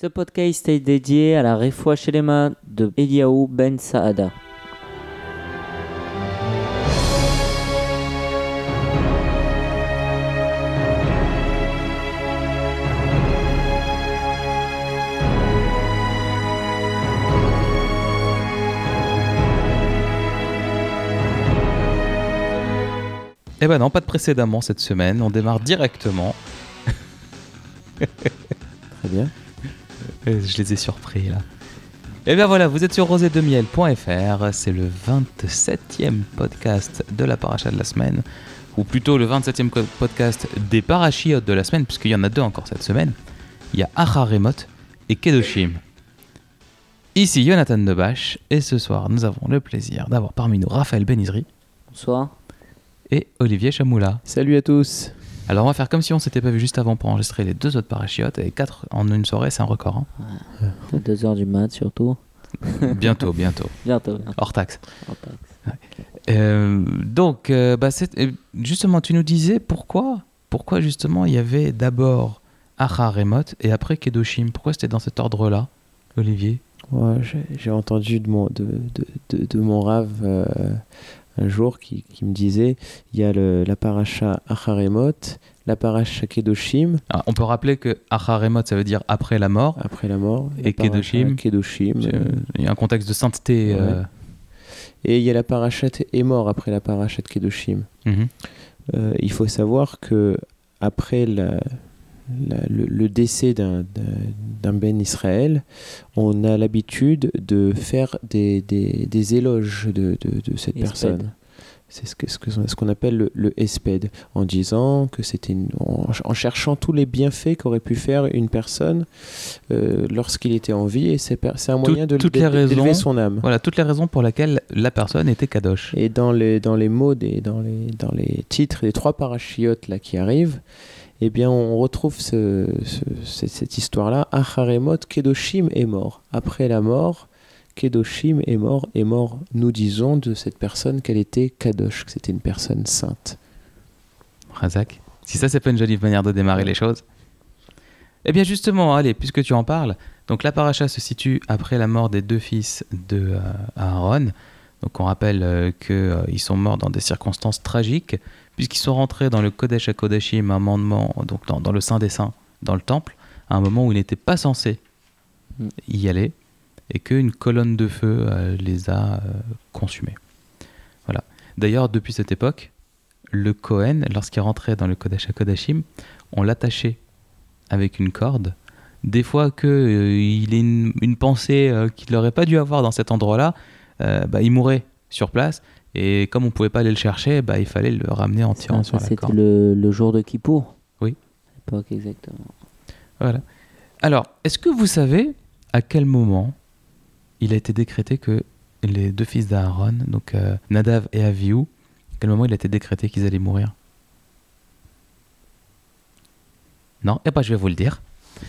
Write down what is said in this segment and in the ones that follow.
Ce podcast est dédié à la Refoua Shelema de Eliaou Ben Saada. Eh ben non, pas de précédemment cette semaine, on démarre directement. Très bien. Je les ai surpris là. Et bien voilà, vous êtes sur rosedemiel.fr, c'est le 27e podcast de la paracha de la semaine, ou plutôt le 27e podcast des parachiotes de la semaine, puisqu'il y en a deux encore cette semaine. Il y a Acharemot et Kedoshim. Ici Jonathan Debache, et ce soir nous avons le plaisir d'avoir parmi nous Raphaël Benizri. Bonsoir. Et Olivier Chamoula. Salut à tous. Alors on va faire comme si on s'était pas vu juste avant pour enregistrer les deux autres parachiotes, et 4 en une soirée, c'est un record. Hein. À 2h du mat surtout. Bientôt. Bientôt. Hors taxe. Okay. Donc, justement, tu nous disais pourquoi justement il y avait d'abord Acharemot et après Kedoshim. Pourquoi c'était dans cet ordre-là, Olivier ? Ouais, j'ai entendu de mon rave un jour qui me disait il y a la paracha Acharemot, la paracha Kedoshim. Alors, on peut rappeler que Acharemot ça veut dire après la mort. Après la mort. Et Kedoshim. Il y a un contexte de sainteté. Ouais. Et il y a la parachat Emor après la parachat Kedoshim. Mm-hmm. Il faut savoir que après le décès d'un Ben Israël, on a l'habitude de faire des éloges de cette personne. C'est ce qu'on appelle le Esped, en disant que c'était en cherchant tous les bienfaits qu'aurait pu faire une personne lorsqu'il était en vie, et c'est un moyen d'élever son âme. Voilà, toutes les raisons pour lesquelles la personne était kadosh. Et dans les mots dans les titres des 3 parachiotes là qui arrivent, eh bien, on retrouve cette histoire-là. Acharemot, Kedoshim est mort. Après la mort, Kedoshim est mort. Et mort, nous disons de cette personne qu'elle était kadosh, que c'était une personne sainte. Razak, si ça, c'est pas une jolie manière de démarrer les choses. Eh bien, justement, allez, puisque tu en parles, donc la paracha se situe après la mort des 2 fils de Aaron. Donc, on rappelle qu'ils sont morts dans des circonstances tragiques, puisqu'ils sont rentrés dans le Kodesh HaKodashim, un mandement, donc dans le Saint des Saints, dans le temple, à un moment où ils n'étaient pas censés y aller, et qu'une colonne de feu les a consumés. Voilà. D'ailleurs, depuis cette époque, le Kohen, lorsqu'il rentrait dans le Kodesh HaKodashim, on l'attachait avec une corde. Des fois qu'il ait une pensée qu'il n'aurait pas dû avoir dans cet endroit-là, il mourait sur place. Et comme on ne pouvait pas aller le chercher, il fallait le ramener en tirant sur la corde. C'était le jour de Kippour. Oui. À l'époque, exactement. Voilà. Alors, est-ce que vous savez à quel moment il a été décrété que les 2 fils d'Aaron, donc Nadav et Avihu, à quel moment il a été décrété qu'ils allaient mourir ? Non, je vais vous le dire.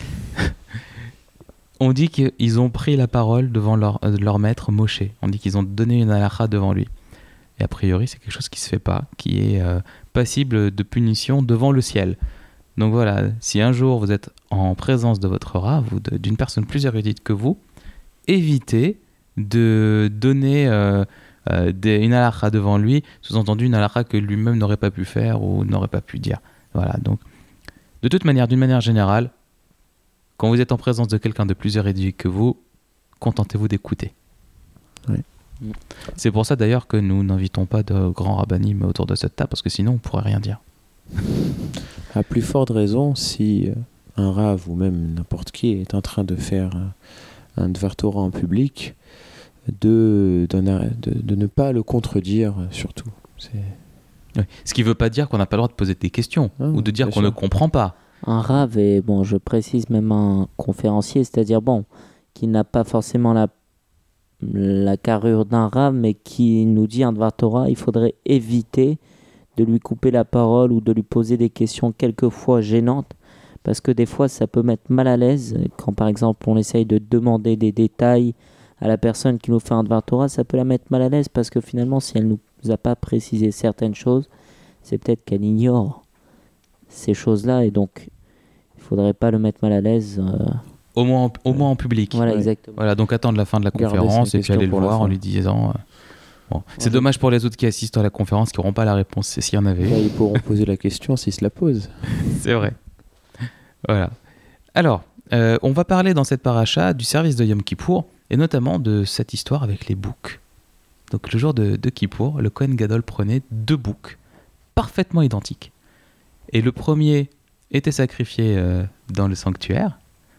On dit qu'ils ont pris la parole devant leur maître Moshe. On dit qu'ils ont donné une halakha devant lui. Et a priori, c'est quelque chose qui ne se fait pas, qui est passible de punition devant le ciel. Donc voilà, si un jour vous êtes en présence de votre rav ou d'une personne plus érudite que vous, évitez de donner une halakha devant lui, sous-entendu une halakha que lui-même n'aurait pas pu faire ou n'aurait pas pu dire. Voilà, donc de toute manière, d'une manière générale, quand vous êtes en présence de quelqu'un de plus érudit que vous, contentez-vous d'écouter. Oui. C'est pour ça d'ailleurs que nous n'invitons pas de grands rabbinim autour de cette table, parce que sinon on ne pourrait rien dire. À plus forte raison, si un rav ou même n'importe qui est en train de faire un Dvar Torah en public, de ne pas le contredire surtout. Oui. Ce qui ne veut pas dire qu'on n'a pas le droit de poser des questions ou de dire qu'on ne comprend pas. Un rav est, je précise même un conférencier, c'est-à-dire qui n'a pas forcément la carrure d'un rav, mais qui nous dit un Dvar Torah, il faudrait éviter de lui couper la parole ou de lui poser des questions quelquefois gênantes, parce que des fois ça peut mettre mal à l'aise quand par exemple on essaye de demander des détails à la personne qui nous fait un Dvar Torah, ça peut la mettre mal à l'aise parce que finalement si elle ne nous a pas précisé certaines choses, c'est peut-être qu'elle ignore ces choses-là, et donc il ne faudrait pas le mettre mal à l'aise au moins en public. Voilà, Ouais. exactement. Voilà, donc attendre la fin de la Garder conférence ces et puis aller le questions pour la voir en fin. lui disant. Bon. C'est Ouais. dommage pour les autres qui assistent à la conférence qui n'auront pas la réponse s'il y en avait. Là, ils pourront poser la question s'ils se la posent. C'est vrai. Voilà. Alors, on va parler dans cette paracha du service de Yom Kippour et notamment de cette histoire avec les boucs. Donc le jour de Kippour, le Kohen Gadol prenait 2 boucs parfaitement identiques. Et le premier était sacrifié dans le sanctuaire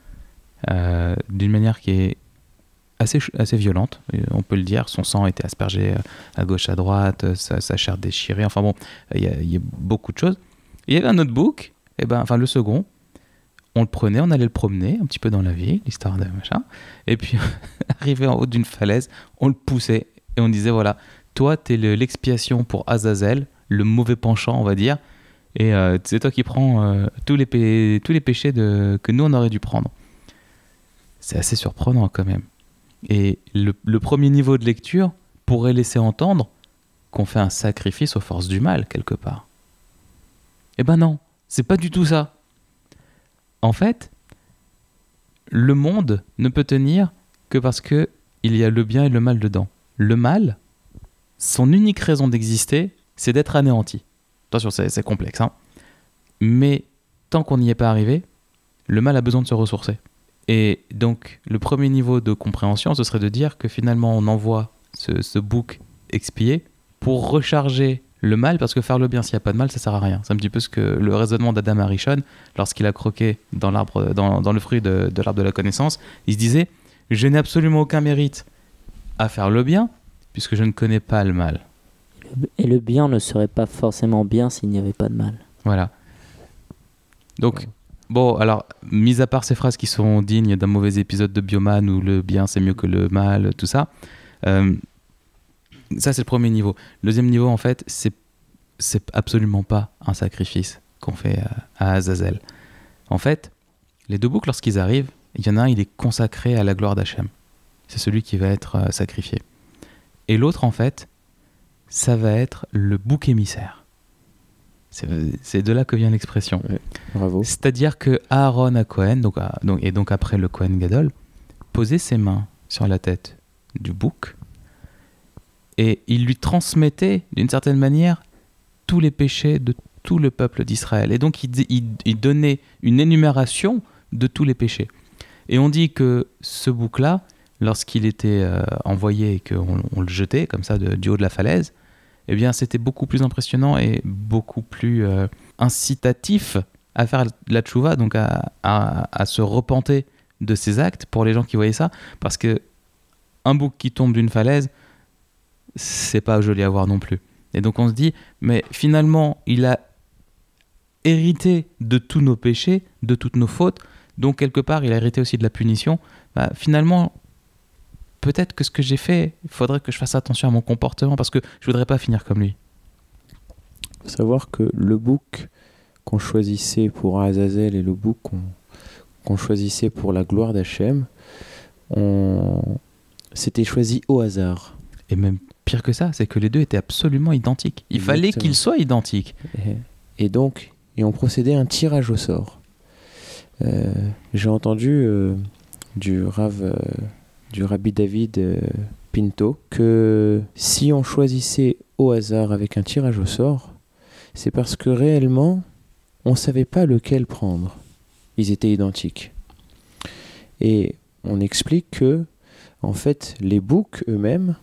d'une manière qui est assez violente, on peut le dire. Son sang était aspergé à gauche, à droite, sa chair déchirée. Enfin bon, il y a beaucoup de choses. Il y avait un autre bouc, le second. On le prenait, on allait le promener un petit peu dans la ville, l'histoire de machin. Et puis, arrivé en haut d'une falaise, on le poussait et on disait voilà, toi, t'es l'expiation pour Azazel, le mauvais penchant, on va dire. Et c'est toi qui prends tous les péchés que nous, on aurait dû prendre. C'est assez surprenant quand même. Et le premier niveau de lecture pourrait laisser entendre qu'on fait un sacrifice aux forces du mal, quelque part. Eh ben non, c'est pas du tout ça. En fait, le monde ne peut tenir que parce qu'il y a le bien et le mal dedans. Le mal, son unique raison d'exister, c'est d'être anéanti. Attention, c'est complexe, hein. Mais tant qu'on n'y est pas arrivé, le mal a besoin de se ressourcer. Et donc, le premier niveau de compréhension, ce serait de dire que finalement, on envoie ce bouc expié pour recharger le mal, parce que faire le bien s'il n'y a pas de mal, ça sert à rien. C'est un petit peu le raisonnement d'Adam Arishon, lorsqu'il a croqué dans le fruit de l'arbre de la connaissance. Il se disait, je n'ai absolument aucun mérite à faire le bien, puisque je ne connais pas le mal. Et le bien ne serait pas forcément bien s'il n'y avait pas de mal. Voilà. Donc, bon, alors, mis à part ces phrases qui sont dignes d'un mauvais épisode de Bioman, où le bien c'est mieux que le mal, tout ça, ça c'est le premier niveau. Le deuxième niveau, en fait, c'est absolument pas un sacrifice qu'on fait à Azazel. En fait, les 2 boucs, lorsqu'ils arrivent, il y en a un, il est consacré à la gloire d'Hachem. C'est celui qui va être sacrifié. Et l'autre, en fait, ça va être le bouc émissaire. C'est de là que vient l'expression. Ouais, bravo. C'est-à-dire que Aaron à Cohen, donc après le Kohen Gadol, posait ses mains sur la tête du bouc et il lui transmettait d'une certaine manière tous les péchés de tout le peuple d'Israël. Et donc il donnait une énumération de tous les péchés. Et on dit que ce bouc-là, lorsqu'il était envoyé et qu'on le jetait comme ça du haut de la falaise, eh bien c'était beaucoup plus impressionnant et beaucoup plus incitatif à faire la tchouva, donc à se repenter de ses actes pour les gens qui voyaient ça, parce que un bouc qui tombe d'une falaise, c'est pas joli à voir non plus. Et donc on se dit, mais finalement, il a hérité de tous nos péchés, de toutes nos fautes, donc quelque part, il a hérité aussi de la punition. Finalement, peut-être que ce que j'ai fait, il faudrait que je fasse attention à mon comportement, parce que je voudrais pas finir comme lui. Il faut savoir que le bouc qu'on choisissait pour Azazel et le bouc qu'on choisissait pour la gloire d'Hachem, c'était choisi au hasard. Et même pire que ça, c'est que les deux étaient absolument identiques. Il fallait qu'ils soient identiques. Et donc, on procédait à un tirage au sort. J'ai entendu du rabbi David Pinto que si on choisissait au hasard avec un tirage au sort, c'est parce que réellement, on ne savait pas lequel prendre. Ils étaient identiques. Et on explique que, en fait, les boucs eux-mêmes,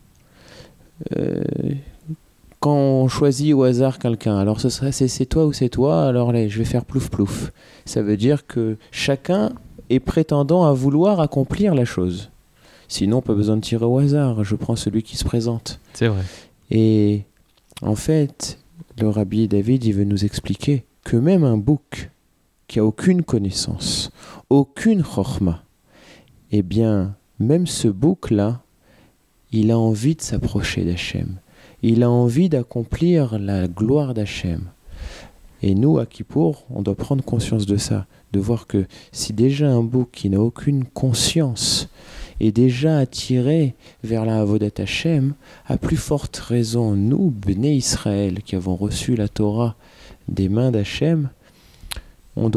quand on choisit au hasard quelqu'un, alors ce serait c'est toi ou c'est toi, alors allez, je vais faire plouf plouf. Ça veut dire que chacun est prétendant à vouloir accomplir la chose. Sinon, pas besoin de tirer au hasard, je prends celui qui se présente. C'est vrai. Et en fait, le rabbi David, il veut nous expliquer que même un bouc qui a aucune connaissance, aucune chorma, eh bien, même ce bouc-là, il a envie de s'approcher d'Hachem. Il a envie d'accomplir la gloire d'Hachem. Et nous, à Kippour, on doit prendre conscience de ça, de voir que si déjà un bouc qui n'a aucune conscience est déjà attiré vers la Avodat Hachem, à plus forte raison, nous, Bnei Israël, qui avons reçu la Torah des mains d'Hachem, on doit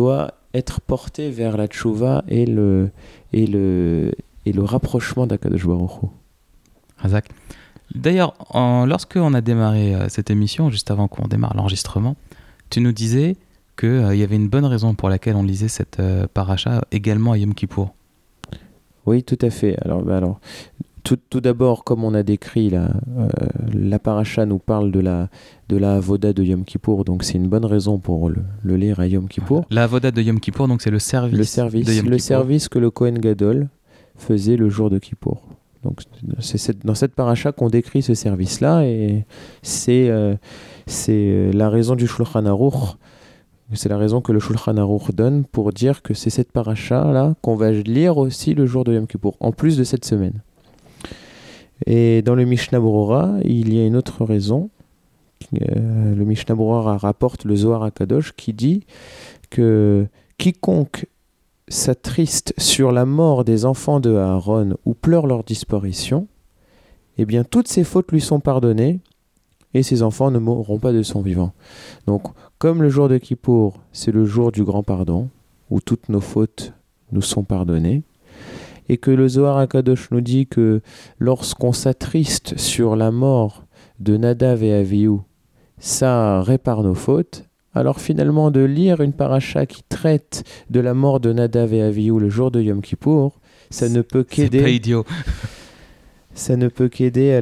être porté vers la tchouva et le rapprochement d'Akadosh Baruch Hu. Razak. D'ailleurs, lorsqu'on a démarré cette émission, juste avant qu'on démarre l'enregistrement, tu nous disais qu'il y avait une bonne raison pour laquelle on lisait cette paracha également à Yom Kippour. Oui, tout à fait. Alors tout d'abord, comme on a décrit, la paracha nous parle de la avoda de Yom Kippour, donc c'est une bonne raison pour le lire à Yom Kippour. La avoda de Yom Kippour, donc c'est le service de Yom Kippour. Service que le Kohen Gadol faisait le jour de Kippour. Donc c'est dans cette paracha qu'on décrit ce service-là, et c'est la raison du Shulchan Aruch. C'est la raison que le Shulchan Aruch donne pour dire que c'est cette paracha-là qu'on va lire aussi le jour de Yom Kippour, en plus de cette semaine. Et dans le Mishnah Brura, il y a une autre raison. Le Mishnah Brura rapporte le Zohar HaKadosh qui dit que quiconque s'attriste sur la mort des enfants de Aaron ou pleure leur disparition, eh bien toutes ses fautes lui sont pardonnées et ses enfants ne mourront pas de son vivant. Donc, comme le jour de Kippour, c'est le jour du grand pardon, où toutes nos fautes nous sont pardonnées, et que le Zohar HaKadosh nous dit que lorsqu'on s'attriste sur la mort de Nadav et Avihu, ça répare nos fautes, alors finalement de lire une paracha qui traite de la mort de Nadav et Avihu le jour de Yom Kippour, ça ne peut qu'aider. C'est pas idiot. Ça ne peut qu'aider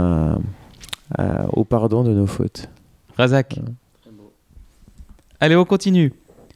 au pardon de nos fautes. Razak. Allez, on continue.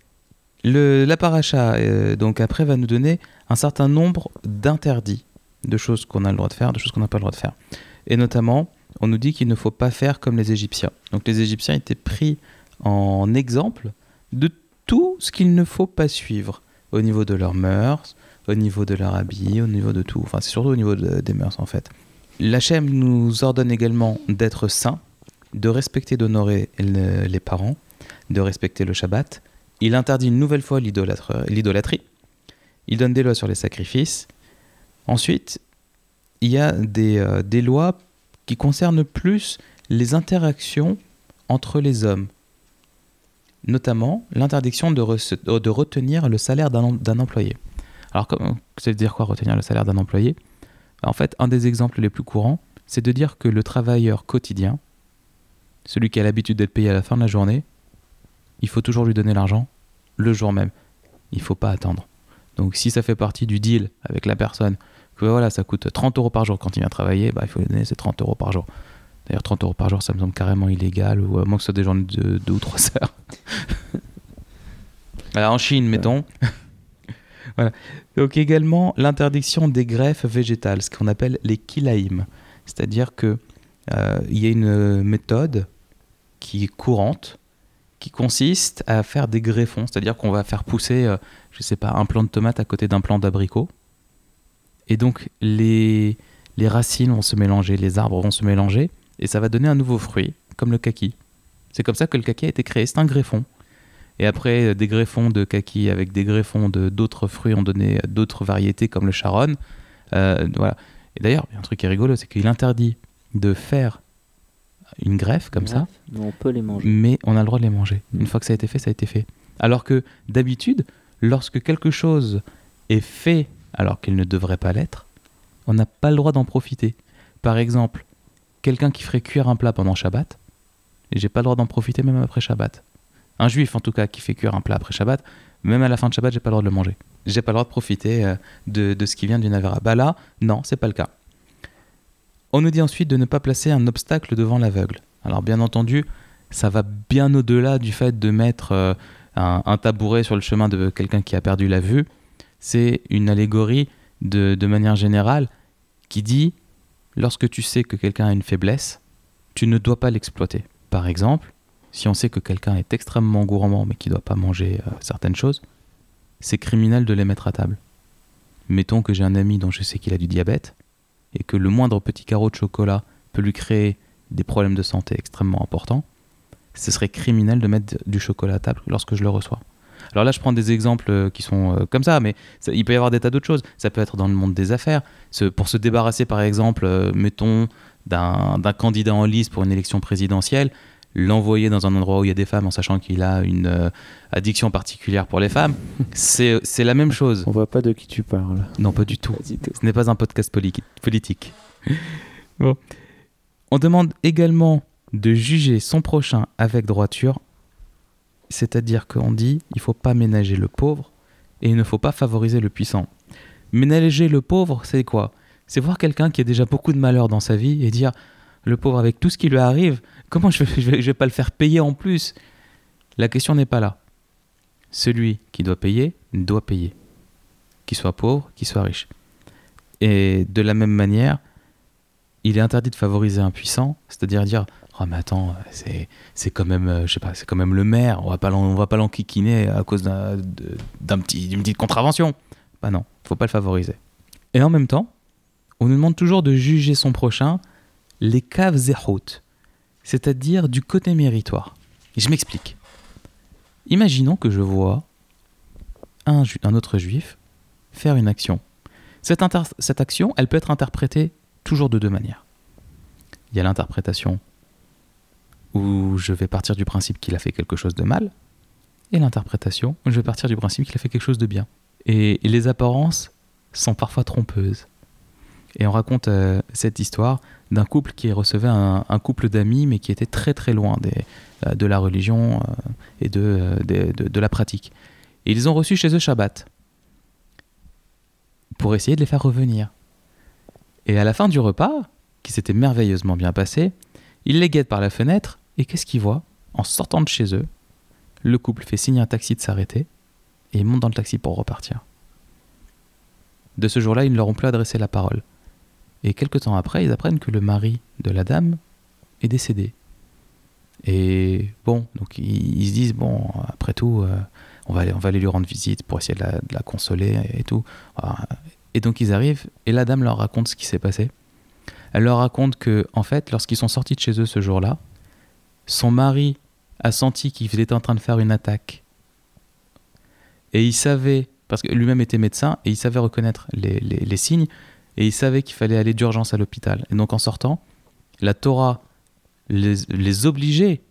La paracha, donc après, va nous donner un certain nombre d'interdits, de choses qu'on a le droit de faire, de choses qu'on n'a pas le droit de faire. Et notamment, on nous dit qu'il ne faut pas faire comme les Égyptiens. Donc les Égyptiens étaient pris en exemple de tout ce qu'il ne faut pas suivre au niveau de leurs mœurs, au niveau de leur habit, au niveau de tout. Enfin, c'est surtout au niveau des mœurs, en fait. L'Hachem nous ordonne également d'être saints, de respecter, d'honorer les parents, de respecter le Shabbat. Il interdit une nouvelle fois l'idolâtrie. Il donne des lois sur les sacrifices. Ensuite, il y a des lois qui concernent plus les interactions entre les hommes. Notamment, l'interdiction de retenir le salaire d'un employé. Alors, ça veut dire quoi, retenir le salaire d'un employé ? En fait, un des exemples les plus courants, c'est de dire que le travailleur quotidien, celui qui a l'habitude d'être payé à la fin de la journée, il faut toujours lui donner l'argent le jour même. Il ne faut pas attendre. Donc si ça fait partie du deal avec la personne, que voilà, ça coûte 30 € par jour quand il vient travailler, il faut lui donner ces 30 € par jour. D'ailleurs, 30 € par jour, ça me semble carrément illégal, ou à moins que ce soit des journées de 2 ou 3 heures. Alors, en Chine, mettons. Voilà. Donc également, l'interdiction des greffes végétales, ce qu'on appelle les kilaïm. C'est-à-dire qu'il y a une méthode qui est courante, qui consiste à faire des greffons, c'est-à-dire qu'on va faire pousser, un plant de tomate à côté d'un plant d'abricot. Et donc, les racines vont se mélanger, les arbres vont se mélanger, et ça va donner un nouveau fruit, comme le kaki. C'est comme ça que le kaki a été créé, c'est un greffon. Et après, des greffons de kaki avec des greffons d'autres fruits ont donné d'autres variétés, comme le charon. Voilà. Et d'ailleurs, il y a un truc qui est rigolo, c'est qu'il interdit de faire une greffe comme ça, mais on peut les manger. Mais on a le droit de les manger. Une fois que ça a été fait, ça a été fait. Alors que d'habitude, lorsque quelque chose est fait alors qu'il ne devrait pas l'être, on n'a pas le droit d'en profiter. Par exemple, quelqu'un qui ferait cuire un plat pendant Shabbat, et j'ai pas le droit d'en profiter même après Shabbat. Un juif en tout cas qui fait cuire un plat après Shabbat, même à la fin de Shabbat, j'ai pas le droit de le manger. J'ai pas le droit de profiter de ce qui vient d'une avera. Bah là, non, c'est pas le cas. On nous dit ensuite de ne pas placer un obstacle devant l'aveugle. Alors bien entendu, ça va bien au-delà du fait de mettre un tabouret sur le chemin de quelqu'un qui a perdu la vue. C'est une allégorie de manière générale qui dit, lorsque tu sais que quelqu'un a une faiblesse, tu ne dois pas l'exploiter. Par exemple, si on sait que quelqu'un est extrêmement gourmand mais qui ne doit pas manger certaines choses, c'est criminel de les mettre à table. Mettons que j'ai un ami dont je sais qu'il a du diabète, et que le moindre petit carreau de chocolat peut lui créer des problèmes de santé extrêmement importants, ce serait criminel de mettre du chocolat à table lorsque je le reçois. Alors là, je prends des exemples qui sont comme ça, mais il peut y avoir des tas d'autres choses. Ça peut être dans le monde des affaires. Pour se débarrasser, par exemple, mettons, d'un candidat en lice pour une élection présidentielle, l'envoyer dans un endroit où il y a des femmes en sachant qu'il a une addiction particulière pour les femmes, c'est la même chose. On voit pas de qui tu parles. Non, pas du tout. Pas du tout. Ce n'est pas un podcast politique. Bon. On demande également de juger son prochain avec droiture, c'est-à-dire qu'on dit il ne faut pas ménager le pauvre et il ne faut pas favoriser le puissant. Ménager le pauvre, c'est quoi ? C'est voir quelqu'un qui a déjà beaucoup de malheur dans sa vie et dire le pauvre avec tout ce qui lui arrive, comment je vais pas le faire payer en plus ? La question n'est pas là. Celui qui doit payer, qu'il soit pauvre, qu'il soit riche. Et de la même manière, il est interdit de favoriser un puissant, c'est-à-dire dire oh mais attends, c'est quand même c'est quand même le maire, on va pas l'enquiquiner à cause d'une petite contravention. Bah non, faut pas le favoriser. Et en même temps, on nous demande toujours de juger son prochain les kav zehut, c'est-à-dire du côté méritoire. Et je m'explique. Imaginons que je vois un autre juif faire une action. Cette action, elle peut être interprétée toujours de deux manières. Il y a l'interprétation où je vais partir du principe qu'il a fait quelque chose de mal, et l'interprétation où je vais partir du principe qu'il a fait quelque chose de bien. Et les apparences sont parfois trompeuses. Et on raconte cette histoire d'un couple qui recevait un couple d'amis, mais qui était très très loin de la religion et de la pratique. Et ils ont reçu chez eux Shabbat pour essayer de les faire revenir. Et à la fin du repas, qui s'était merveilleusement bien passé, ils les guettent par la fenêtre, et qu'est-ce qu'ils voient ? En sortant de chez eux, le couple fait signe à un taxi de s'arrêter, et ils montent dans le taxi pour repartir. De ce jour-là, ils ne leur ont plus adressé la parole. Et quelques temps après, ils apprennent que le mari de la dame est décédé. Et bon, donc ils se disent, bon, après tout, on va aller lui rendre visite pour essayer de la consoler et tout. Et donc ils arrivent, et la dame leur raconte ce qui s'est passé. Elle leur raconte que, en fait, lorsqu'ils sont sortis de chez eux ce jour-là, son mari a senti qu'il était en train de faire une attaque. Et il savait, parce que lui-même était médecin, et il savait reconnaître les signes, et il savait qu'il fallait aller d'urgence à l'hôpital. Et donc en sortant, la Torah les obligeait,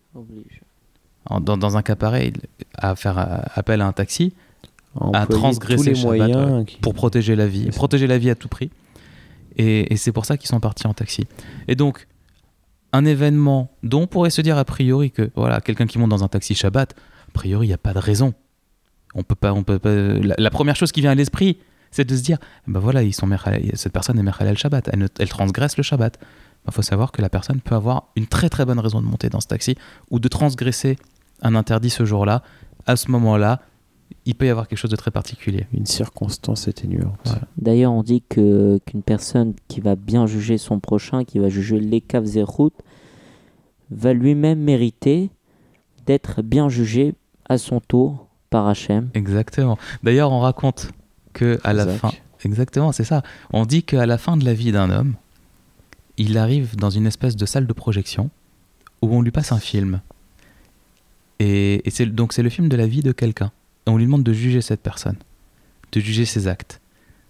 dans un cas pareil, à faire appel à un taxi, à transgresser le Shabbat pour protéger la vie à tout prix. Et c'est pour ça qu'ils sont partis en taxi. Et donc, un événement dont on pourrait se dire a priori que voilà, quelqu'un qui monte dans un taxi Shabbat, a priori, il n'y a pas de raison. On peut pas. La première chose qui vient à l'esprit, c'est de se dire, ben voilà, cette personne est Mechalel Shabbat, elle transgresse le Shabbat. Il faut savoir que la personne peut avoir une très très bonne raison de monter dans ce taxi ou de transgresser un interdit ce jour-là. À ce moment-là, il peut y avoir quelque chose de très particulier. Une circonstance atténuante. Voilà. D'ailleurs, on dit qu'une personne qui va bien juger son prochain, qui va juger les kav zehut, va lui-même mériter d'être bien jugé à son tour par Hachem. Exactement. D'ailleurs, on raconte qu'à la fin... Exactement, c'est ça. On dit qu'à la fin de la vie d'un homme, il arrive dans une espèce de salle de projection où on lui passe un film. Et c'est le film de la vie de quelqu'un. On lui demande de juger cette personne, de juger ses actes.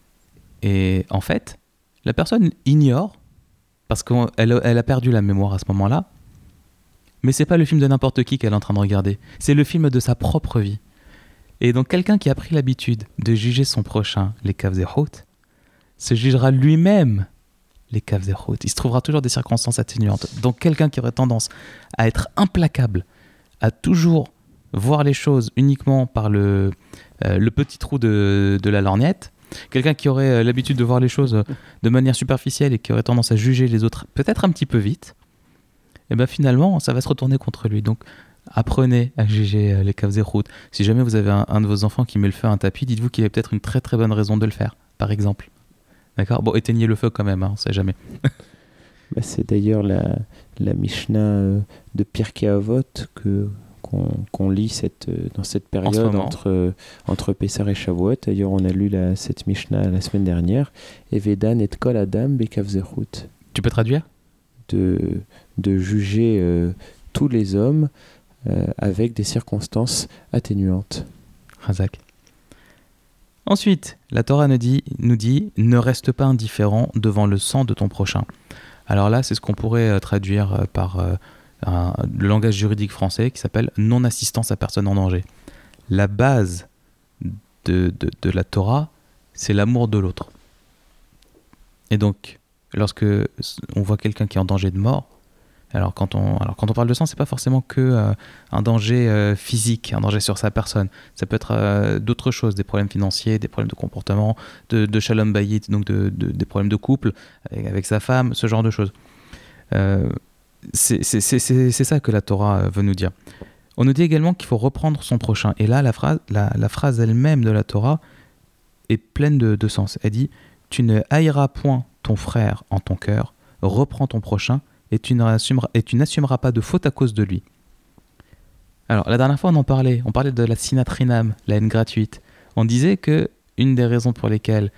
Et en fait, la personne ignore, parce qu'elle a perdu la mémoire à ce moment-là, mais c'est pas le film de n'importe qui qu'elle est en train de regarder, c'est le film de sa propre vie. Et donc quelqu'un qui a pris l'habitude de juger son prochain, les kav zehut, se jugera lui-même les kav zehut. Il se trouvera toujours des circonstances atténuantes. Donc quelqu'un qui aurait tendance à être implacable, à toujours voir les choses uniquement par le petit trou de la lorgnette, quelqu'un qui aurait l'habitude de voir les choses de manière superficielle et qui aurait tendance à juger les autres peut-être un petit peu vite, et bien finalement ça va se retourner contre lui. Donc apprenez à juger les kav zehut. Si jamais vous avez un de vos enfants qui met le feu à un tapis, dites-vous qu'il y a peut-être une très très bonne raison de le faire, par exemple. D'accord ? Bon, éteignez le feu quand même, on ne sait jamais. C'est d'ailleurs la Mishnah de Pirkei Avot qu'on lit dans cette période entre Pessah et Shavuot. D'ailleurs, on a lu cette Mishnah la semaine dernière. Evedan et kol adam bekav zehut. Tu peux traduire ? De juger tous les hommes avec des circonstances atténuantes. Razak. Ensuite, la Torah nous dit « Ne reste pas indifférent devant le sang de ton prochain ». Alors là, c'est ce qu'on pourrait traduire par le langage juridique français qui s'appelle non-assistance à personne en danger. La base de la Torah, c'est l'amour de l'autre. Et donc, lorsque on voit quelqu'un qui est en danger de mort, alors quand on parle de sang, c'est pas forcément que un danger physique, un danger sur sa personne. Ça peut être d'autres choses, des problèmes financiers, des problèmes de comportement, de shalom bayit, donc des problèmes de couple avec sa femme, ce genre de choses. C'est ça que la Torah veut nous dire. On nous dit également qu'il faut reprendre son prochain. Et là, la phrase elle-même de la Torah est pleine de sens. Elle dit « Tu ne haïras point ton frère en ton cœur, reprends ton prochain, et tu n'assumeras pas de faute à cause de lui. » Alors, la dernière fois, on parlait de la sinatrinam, la haine gratuite. On disait que une des raisons pour lesquelles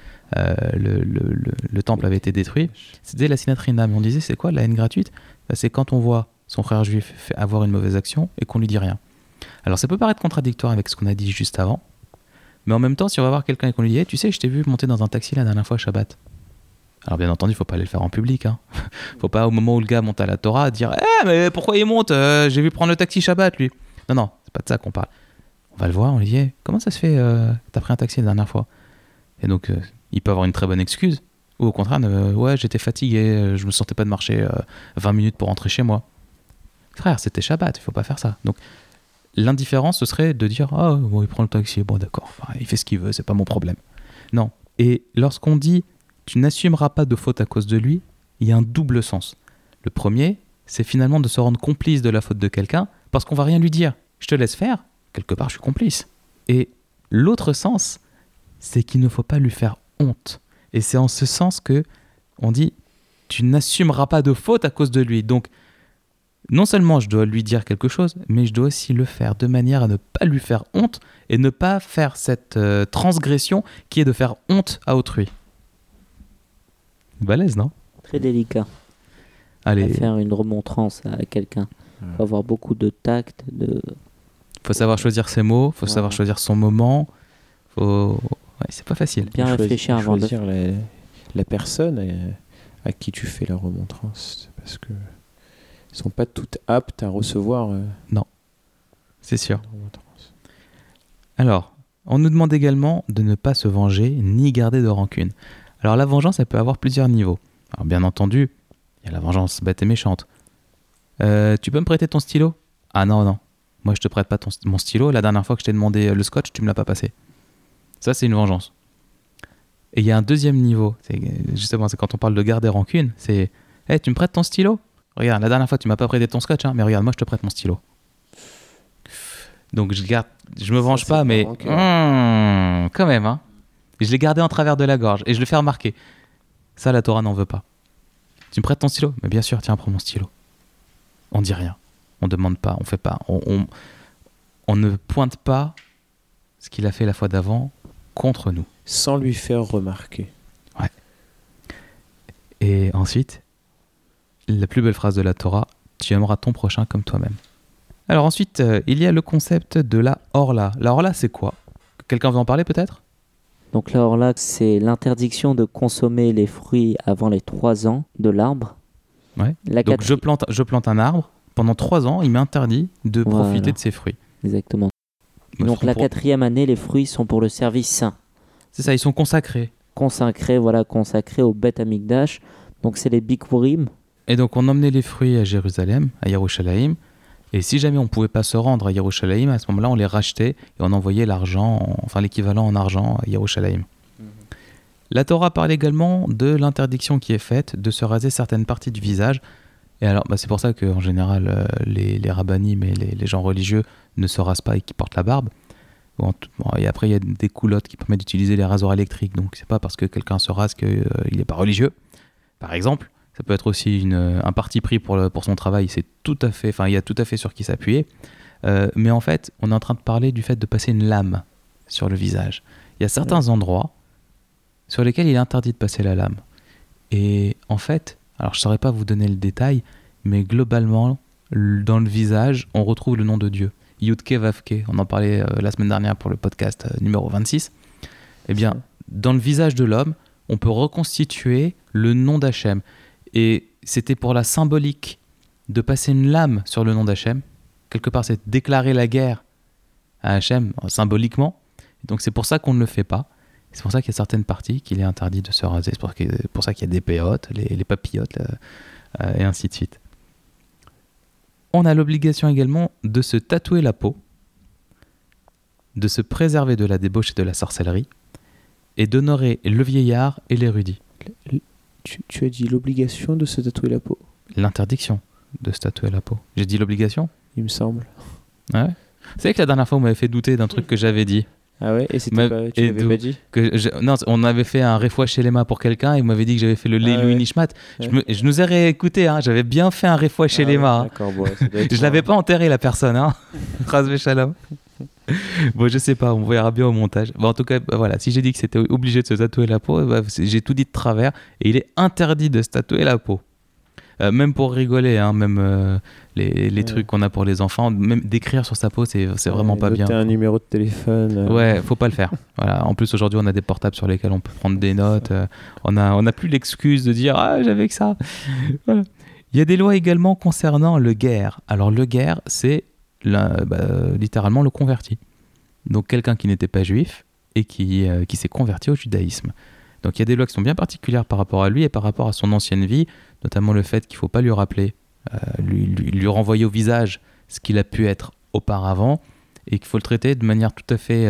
le temple avait été détruit, c'était la sinatrinam. On disait, c'est quoi la haine gratuite ? C'est quand on voit son frère juif avoir une mauvaise action et qu'on lui dit rien. Alors, ça peut paraître contradictoire avec ce qu'on a dit juste avant, mais en même temps, si on va voir quelqu'un et qu'on lui dit, hey, tu sais, je t'ai vu monter dans un taxi la dernière fois Shabbat. Alors bien entendu, il ne faut pas aller le faire en public. Il ne faut pas, au moment où le gars monte à la Torah, dire « mais pourquoi il monte j'ai vu prendre le taxi Shabbat, lui. » Non, c'est pas de ça qu'on parle. On va le voir, on lui dit hey, « Comment ça se fait t'as pris un taxi la dernière fois ?» Et donc, il peut avoir une très bonne excuse. Ou au contraire, ouais, j'étais fatigué, je me sentais pas de marcher 20 minutes pour rentrer chez moi. Frère, c'était Shabbat, il ne faut pas faire ça. Donc, l'indifférence, ce serait de dire « Ah, bon, il prend le taxi, bon d'accord, enfin, il fait ce qu'il veut, c'est pas mon problème. » Non. Et lorsqu'on dit tu n'assumeras pas de faute à cause de lui, il y a un double sens. Le premier, c'est finalement de se rendre complice de la faute de quelqu'un parce qu'on va rien lui dire. Je te laisse faire, quelque part je suis complice. Et l'autre sens, c'est qu'il ne faut pas lui faire honte. Et c'est en ce sens que on dit tu n'assumeras pas de faute à cause de lui. Donc non seulement je dois lui dire quelque chose, mais je dois aussi le faire de manière à ne pas lui faire honte et ne pas faire cette transgression qui est de faire honte à autrui. Balèze, non ? Très délicat. Allez. À faire une remontrance à quelqu'un. Il faut avoir beaucoup de tact. Faut savoir choisir ses mots, faut savoir choisir son moment. Ouais, c'est pas facile. Bien réfléchir avant de choisir la personne à qui tu fais la remontrance. Parce que ils sont pas toutes aptes à recevoir. Non, c'est sûr. Alors, on nous demande également de ne pas se venger ni garder de rancune. Alors la vengeance, elle peut avoir plusieurs niveaux. Alors bien entendu, il y a la vengeance bête et méchante. Tu peux me prêter ton stylo ? Ah non. Moi, je te prête pas mon stylo. La dernière fois que je t'ai demandé le scotch, tu me l'as pas passé. Ça, c'est une vengeance. Et il y a un deuxième niveau. C'est quand on parle de garder rancune. C'est hey, tu me prêtes ton stylo ? Regarde, la dernière fois, tu m'as pas prêté ton scotch, hein, mais regarde, moi, je te prête mon stylo. Donc, je me venge pas, mais quand même, hein. Je l'ai gardé en travers de la gorge et je le fais remarquer. Ça, la Torah n'en veut pas. Tu me prêtes ton stylo ? Mais bien sûr, tiens, prends mon stylo. On dit rien. On demande pas, on fait pas. On ne pointe pas ce qu'il a fait la fois d'avant contre nous. Sans lui faire remarquer. Ouais. Et ensuite, la plus belle phrase de la Torah, tu aimeras ton prochain comme toi-même. Alors ensuite, il y a le concept de la orla. La orla, c'est quoi ? Quelqu'un veut en parler peut-être ? Donc la orla, c'est l'interdiction de consommer les fruits avant les 3 ans de l'arbre. Ouais. Donc je plante un arbre, pendant 3 ans, il m'est interdit de profiter de ses fruits. Exactement. Donc la 4e année, les fruits sont pour le service saint. C'est ça, ils sont consacrés. Consacrés au Beth Amikdash. Donc c'est les Bikurim. Et donc on emmenait les fruits à Jérusalem, à Yerushalayim. Et si jamais on ne pouvait pas se rendre à Yerushalayim, à ce moment-là, on les rachetait et on envoyait l'argent, enfin l'équivalent en argent à Yerushalayim. La Torah parle également de l'interdiction qui est faite de se raser certaines parties du visage. Et alors, c'est pour ça qu'en général, les rabbinim et les gens religieux ne se rasent pas et qui portent la barbe. Et après, il y a des coulottes qui permettent d'utiliser les rasoirs électriques. Donc, c'est pas parce que quelqu'un se rase qu'il n'est pas religieux. Par exemple, ça peut être aussi un parti pris pour son travail. C'est tout à fait, il y a tout à fait sur qui s'appuyer. Mais en fait, on est en train de parler du fait de passer une lame sur le visage. Il y a certains endroits sur lesquels il est interdit de passer la lame. Et en fait, alors je ne saurais pas vous donner le détail, mais globalement, dans le visage, on retrouve le nom de Dieu. Yudke Vavke, on en parlait la semaine dernière pour le podcast numéro 26. Eh bien, dans le visage de l'homme, on peut reconstituer le nom d'Hachem. Et c'était pour la symbolique de passer une lame sur le nom d'Hachem. Quelque part, c'est déclarer la guerre à Hachem, symboliquement. Donc c'est pour ça qu'on ne le fait pas. C'est pour ça qu'il y a certaines parties qu'il est interdit de se raser. C'est pour ça qu'il y a des péotes, les papillotes, et ainsi de suite. On a l'obligation également de se tatouer la peau, de se préserver de la débauche et de la sorcellerie, et d'honorer le vieillard et l'érudit. Tu as dit l'obligation de se tatouer la peau. L'interdiction de se tatouer la peau. J'ai dit l'obligation ? Il me semble. Ouais. C'est vrai que la dernière fois, vous m'avez fait douter d'un truc que j'avais dit. Ah ouais, et c'était pas, tu l'avais pas dit Non, on avait fait un refouach chez Lema pour quelqu'un et vous m'avez dit que j'avais fait le Leiloui Nishmat. Ouais. Je nous ai réécouté, hein, j'avais bien fait un refouach chez Lema. D'accord, bon, ça doit être Je l'avais pas enterré, la personne. Hein. Razvé Shalom. Bon, je sais pas, on verra bien au montage. Bon, en tout cas, voilà, si j'ai dit que c'était obligé de se tatouer la peau, j'ai tout dit de travers. Et il est interdit de se tatouer la peau. Même pour rigoler, hein, même les trucs qu'on a pour les enfants, même d'écrire sur sa peau, c'est vraiment pas bien. Un numéro de téléphone. Ouais, faut pas le faire. Voilà. En plus, aujourd'hui, on a des portables sur lesquels on peut prendre des notes. On a plus l'excuse de dire ah j'avais que ça. Voilà. Il y a des lois également concernant le guerre. Alors le guerre, c'est littéralement le converti. Donc quelqu'un qui n'était pas juif et qui s'est converti au judaïsme. Donc il y a des lois qui sont bien particulières par rapport à lui et par rapport à son ancienne vie, notamment le fait qu'il ne faut pas lui rappeler, lui renvoyer au visage ce qu'il a pu être auparavant et qu'il faut le traiter de manière tout à fait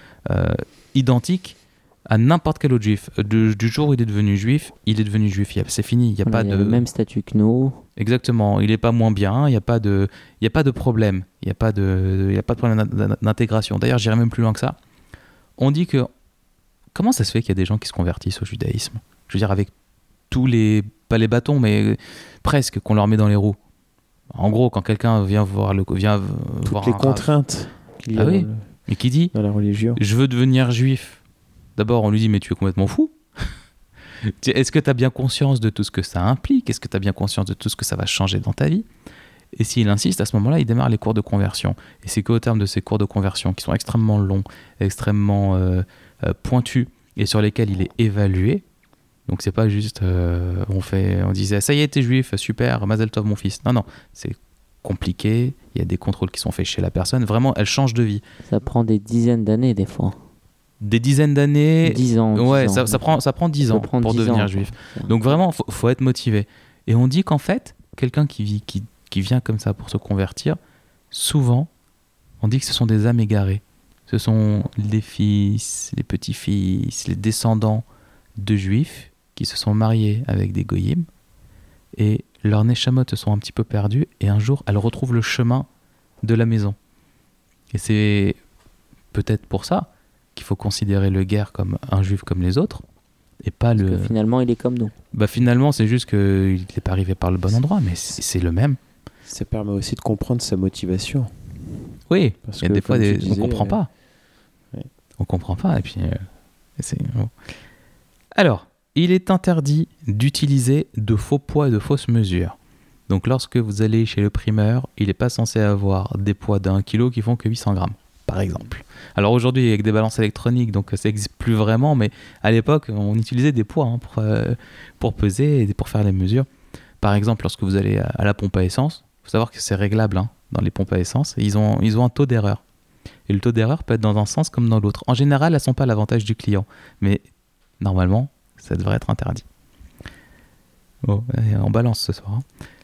identique à n'importe quel autre juif. Du jour où il est devenu juif, il est devenu juif. C'est fini, il n'y a pas de... le même statut que nous. Exactement, il n'est pas moins bien, il n'y a pas de problème, il n'y a pas de problème d'intégration. D'ailleurs, j'irai même plus loin que ça. On dit que comment ça se fait qu'il y a des gens qui se convertissent au judaïsme ? Je veux dire, avec tous les... pas les bâtons, mais presque, qu'on leur met dans les roues. En gros, quand quelqu'un vient voir toutes les contraintes qu'il y a mais qui dit dans la religion. Je veux devenir juif. D'abord, on lui dit, mais tu es complètement fou. Est-ce que tu as bien conscience de tout ce que ça implique ? Est-ce que tu as bien conscience de tout ce que ça va changer dans ta vie ? Et s'il insiste, à ce moment-là, il démarre les cours de conversion. Et c'est qu'au terme de ces cours de conversion, qui sont extrêmement longs, extrêmement pointus, et sur lesquels il est évalué, donc c'est pas juste on disait ça y est, t'es juif, super, Mazel Tov mon fils. Non, c'est compliqué, il y a des contrôles qui sont faits chez la personne, vraiment elle change de vie. Ça prend des dizaines d'années des fois. Des dizaines d'années. 10 ans. Ouais, 10 ans. Ça prend 10 ans pour devenir juif. Donc vraiment, faut être motivé. Et on dit qu'en fait, quelqu'un qui vient comme ça pour se convertir, souvent, on dit que ce sont des âmes égarées. Ce sont les fils, les petits-fils, les descendants de juifs qui se sont mariés avec des goyim et leurs neshamot se sont un petit peu perdus et un jour, elles retrouvent le chemin de la maison. Et c'est peut-être pour ça qu'il faut considérer le guerre comme un juif comme les autres et pas parce que finalement il est comme nous. Finalement c'est juste qu'il n'est pas arrivé par le bon endroit, mais c'est le même. Ça permet aussi de comprendre sa motivation. Oui, parce il y a des fois on comprend pas. Ouais. On comprend pas et puis bon. Alors, il est interdit d'utiliser de faux poids et de fausses mesures. Donc lorsque vous allez chez le primeur, il n'est pas censé avoir des poids d'1 kilo qui font que 800 grammes, par exemple. Alors aujourd'hui, avec des balances électroniques, donc ça n'existe plus vraiment, mais à l'époque, on utilisait des poids pour peser et pour faire les mesures. Par exemple, lorsque vous allez à la pompe à essence, il faut savoir que c'est réglable dans les pompes à essence, et ils ont un taux d'erreur. Et le taux d'erreur peut être dans un sens comme dans l'autre. En général, elles ne sont pas à l'avantage du client, mais normalement, ça devrait être interdit. Bon, on balance ce soir.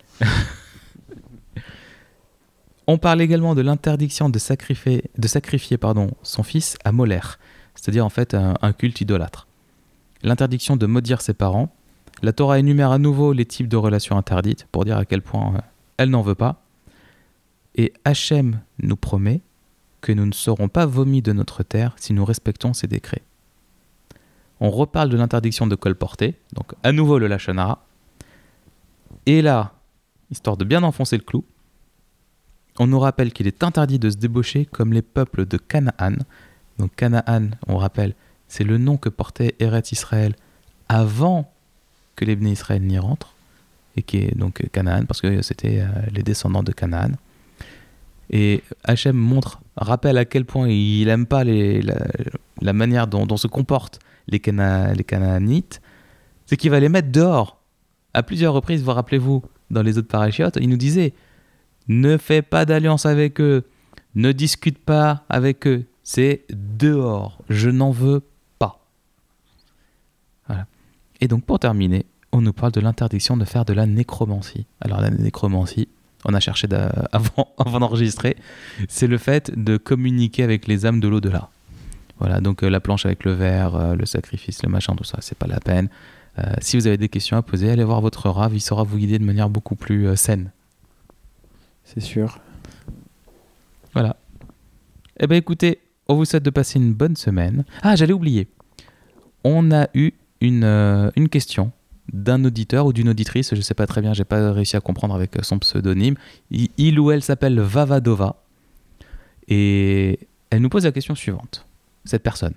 On parle également de l'interdiction de sacrifier son fils à Molaire, c'est-à-dire en fait un culte idolâtre. L'interdiction de maudire ses parents. La Torah énumère à nouveau les types de relations interdites pour dire à quel point elle n'en veut pas. Et Hachem nous promet que nous ne serons pas vomis de notre terre si nous respectons ses décrets. On reparle de l'interdiction de colporter, donc à nouveau le Lachon Hara. Et là, histoire de bien enfoncer le clou, on nous rappelle qu'il est interdit de se débaucher comme les peuples de Canaan. Donc Canaan, on rappelle, c'est le nom que portait Eretz Israël avant que les Bnei Israël n'y rentrent, et qui est donc Canaan, parce que c'était les descendants de Canaan. Et Hachem rappelle à quel point il n'aime pas la manière dont se comportent les Canaanites, c'est qu'il va les mettre dehors. À plusieurs reprises, vous rappelez-vous, dans les autres parachiotes, il nous disait ne fais pas d'alliance avec eux, ne discute pas avec eux, c'est dehors, je n'en veux pas. Voilà. Et donc pour terminer, on nous parle de l'interdiction de faire de la nécromancie. Alors la nécromancie, on a cherché avant d'enregistrer, c'est le fait de communiquer avec les âmes de l'au-delà. Voilà, donc la planche avec le verre, le sacrifice, le machin, tout ça, c'est pas la peine. Si vous avez des questions à poser, allez voir votre rave, il saura vous guider de manière beaucoup plus saine. C'est sûr. Voilà. Eh bien écoutez, on vous souhaite de passer une bonne semaine. Ah, j'allais oublier. On a eu une question d'un auditeur ou d'une auditrice, je sais pas très bien, j'ai pas réussi à comprendre avec son pseudonyme. Il ou elle s'appelle Vavadova. Et elle nous pose la question suivante. Cette personne.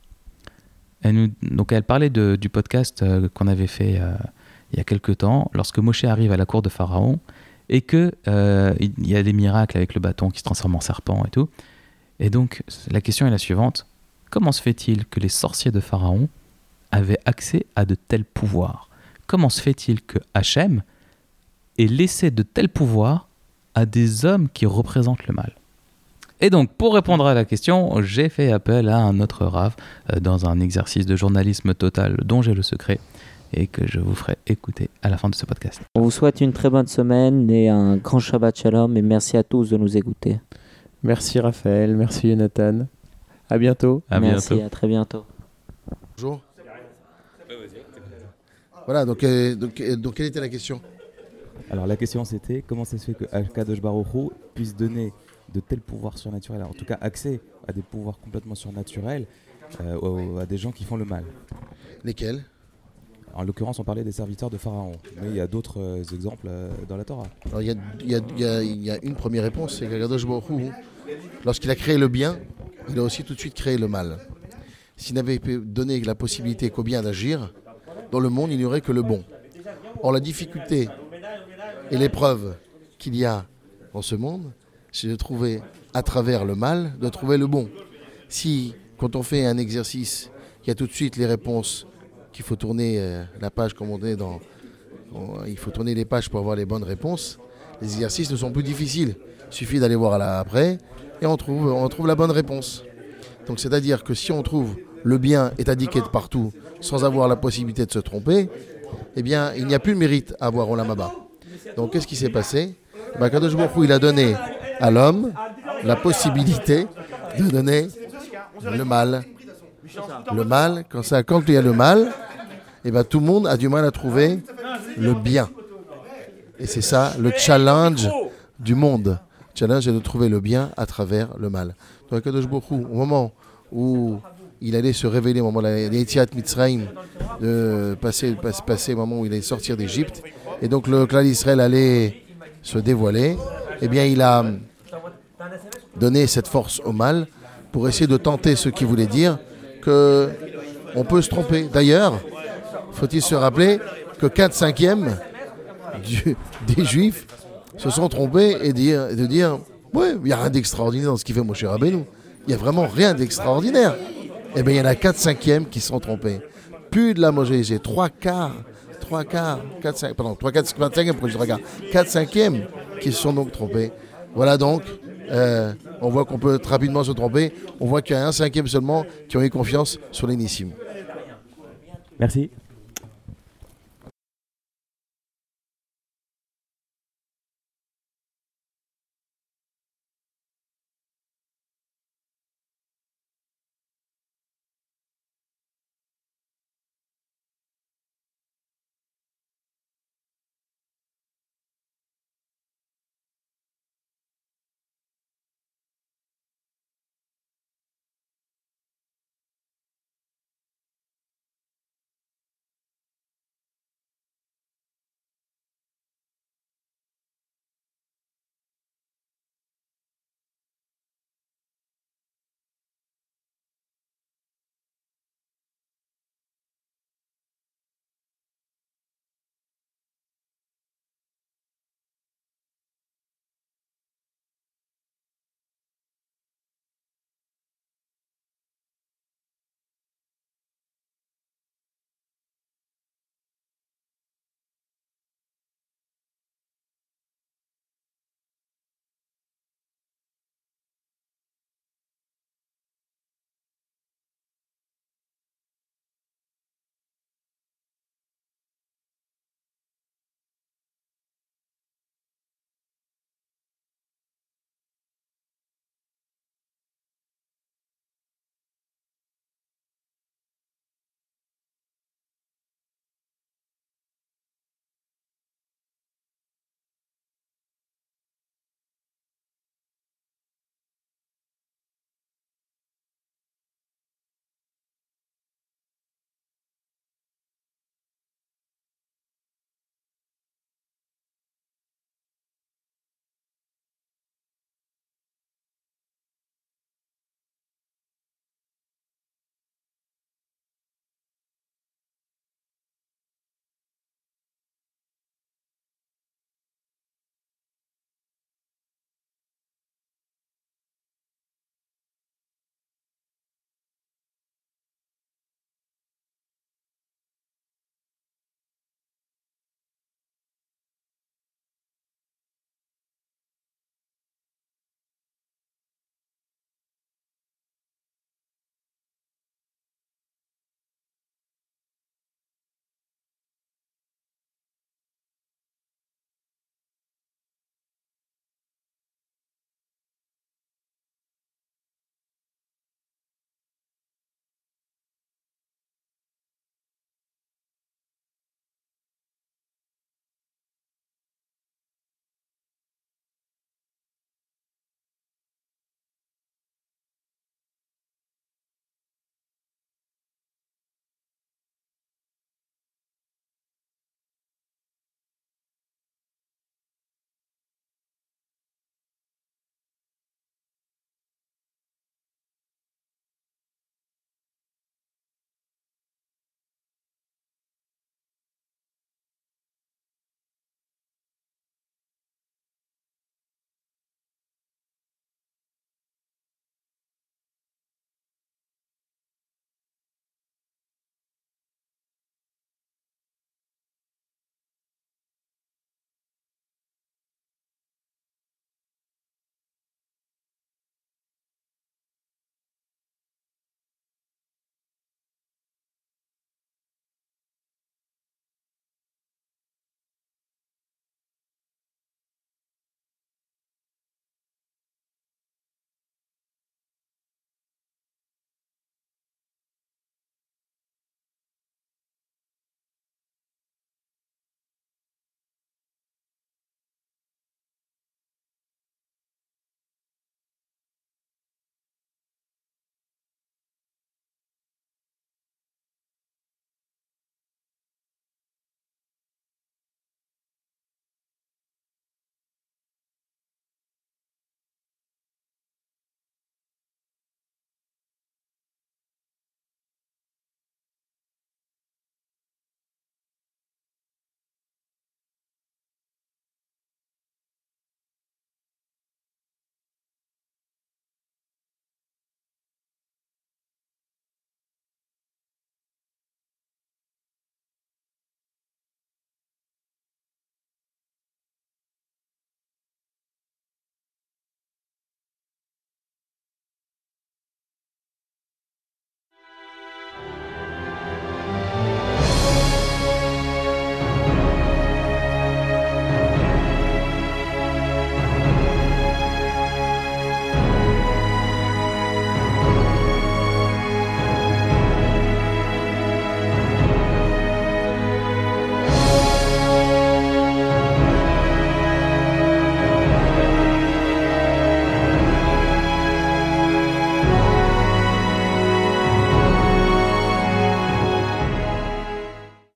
Donc elle parlait du podcast qu'on avait fait il y a quelques temps, lorsque Moshe arrive à la cour de Pharaon et que il y a des miracles avec le bâton qui se transforme en serpent et tout. Et donc la question est la suivante. Comment se fait-il que les sorciers de Pharaon avaient accès à de tels pouvoirs ? Comment se fait-il que Hachem ait laissé de tels pouvoirs à des hommes qui représentent le mal ? Et donc, pour répondre à la question, j'ai fait appel à un autre rave dans un exercice de journalisme total dont j'ai le secret et que je vous ferai écouter à la fin de ce podcast. On vous souhaite une très bonne semaine et un grand Shabbat Shalom et merci à tous de nous écouter. Merci Raphaël, merci Jonathan. À bientôt. Merci, à très bientôt. Bonjour. Voilà, donc quelle était la question ? Alors la question c'était comment ça se fait que Akadosh Baruch Hu puisse donner de tels pouvoirs surnaturels, en tout cas accès à des pouvoirs complètement surnaturels à des gens qui font le mal. Lesquels ? En l'occurrence on parlait des serviteurs de Pharaon, mais il y a d'autres exemples dans la Torah. Alors il y a une première réponse, c'est qu'Akadosh Baruch Hu, lorsqu'il a créé le bien, il a aussi tout de suite créé le mal. S'il n'avait donné la possibilité qu'au bien d'agir, dans le monde il n'y aurait que le bon. Or la difficulté et l'épreuve qu'il y a dans ce monde, c'est de trouver à travers le mal, de trouver le bon. Si, quand on fait un exercice, il y a tout de suite les réponses, qu'il faut tourner la page comme on est il faut tourner les pages pour avoir les bonnes réponses, les exercices ne sont plus difficiles. Il suffit d'aller voir là après et on trouve la bonne réponse. Donc c'est-à-dire que si on trouve le bien est indiqué de partout sans avoir la possibilité de se tromper, eh bien il n'y a plus de mérite à avoir Olam Haba. Donc qu'est-ce qui s'est passé ? Kadosh Baruch Hu, il a donné à l'homme la possibilité de donner le mal. Le mal, quand il y a le mal, eh ben, tout le monde a du mal à trouver le bien. Et c'est ça le challenge du monde. Le challenge est de trouver le bien à travers le mal. Donc Kadosh Baruch Hu, au moment où il allait se révéler, au moment de l'Yetziat Mitzrayim, de passer au moment où il allait sortir d'Égypte, et donc le clan d'Israël allait se dévoiler, eh bien il a donné cette force au mal pour essayer de tenter ce qui voulait dire qu'on peut se tromper. D'ailleurs, faut-il se rappeler que 4/5 des Juifs se sont trompés et de dire ouais, il n'y a rien d'extraordinaire dans ce qu'il fait Moshe Rabbeinu. Il n'y a vraiment rien d'extraordinaire. Eh bien, il y en a 4/5 qui se sont trompés. Plus de la Moshe, 4/5 qui se sont donc trompés. Voilà donc, on voit qu'on peut rapidement se tromper. On voit qu'il y a 1/5 seulement qui ont eu confiance sur l'Inissim. Merci.